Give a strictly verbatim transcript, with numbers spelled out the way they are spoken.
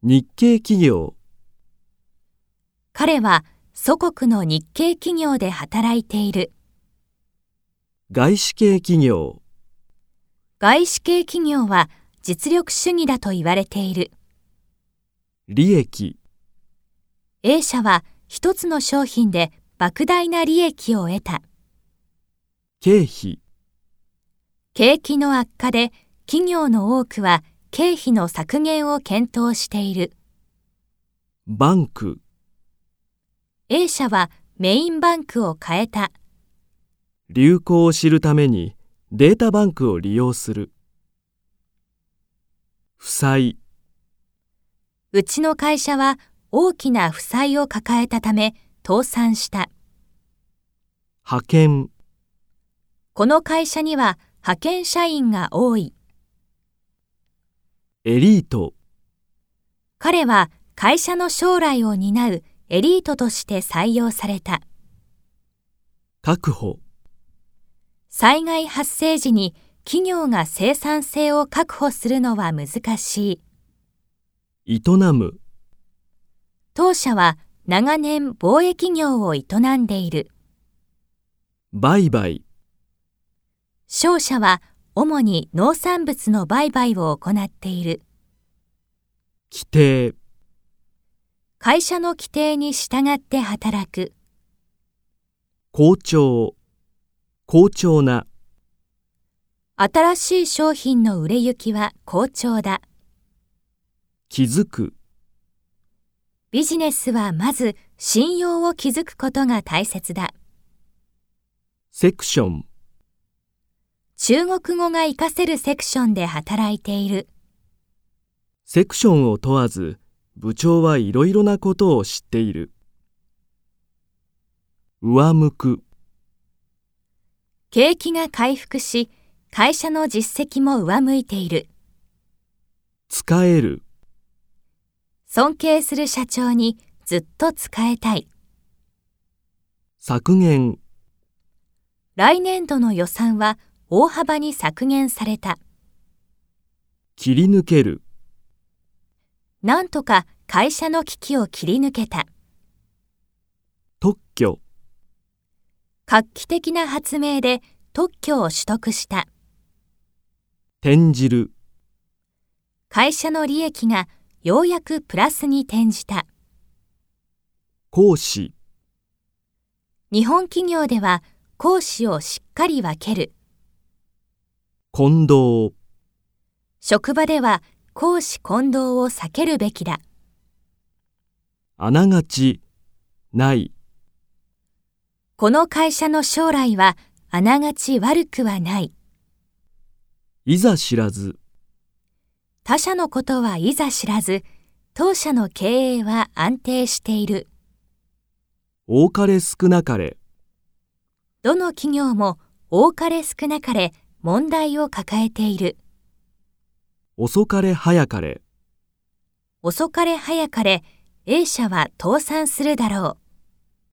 日系企業。 彼は祖国の日系企業で働いている。 外資系企業。 外資系企業は実力主義だと言われている。 利益。 A 社は一つの商品で莫大な利益を得た。 経費。 景気の悪化で企業の多くは経費の削減を検討している。 バンク。 A 社はメインバンクを変えた。 流行を知るためにデータバンクを利用する。負債。 うちの会社は大きな負債を抱えたため倒産した。 派遣。 この会社には派遣社員が多い。 エリート。 彼は会社の将来を担うエリートとして採用された。 確保。 災害発生時に企業が生産性を確保するのは難しい。 営む。 当社は長年貿易業を営んでいる。 売買。 商社は主に農産物の売買を行っている。 規定。 会社の規定に従って働く。 好調。好調な。 新しい商品の売れ行きは好調だ。 気づく。 ビジネスはまず信用を築くことが大切だ。 セクション。 中国語が活かせるセクションで働いている。 セクションを問わず、部長はいろいろなことを知っている。上向く。 景気が回復し、会社の実績も上向いている。 使える。 尊敬する社長にずっと仕えたい。 削減。 来年度の予算は大幅に削減された。 切り抜ける。 なんとか会社の危機を切り抜けた。 特許。 画期的な発明で特許を取得した。 転じる。 会社の利益がようやくプラスに転じた。 講師。 日本企業では講師をしっかり分ける。 混同。 職場では公私混同を避けるべきだ。 あながち、ない。 この会社の将来はあながち悪くはない。 いざ知らず。 他社のことはいざ知らず、当社の経営は安定している。 多かれ少なかれ。 どの企業も多かれ少なかれ問題を抱えている。 遅かれ早かれ。 遅かれ早かれ A 社は倒産するだろう。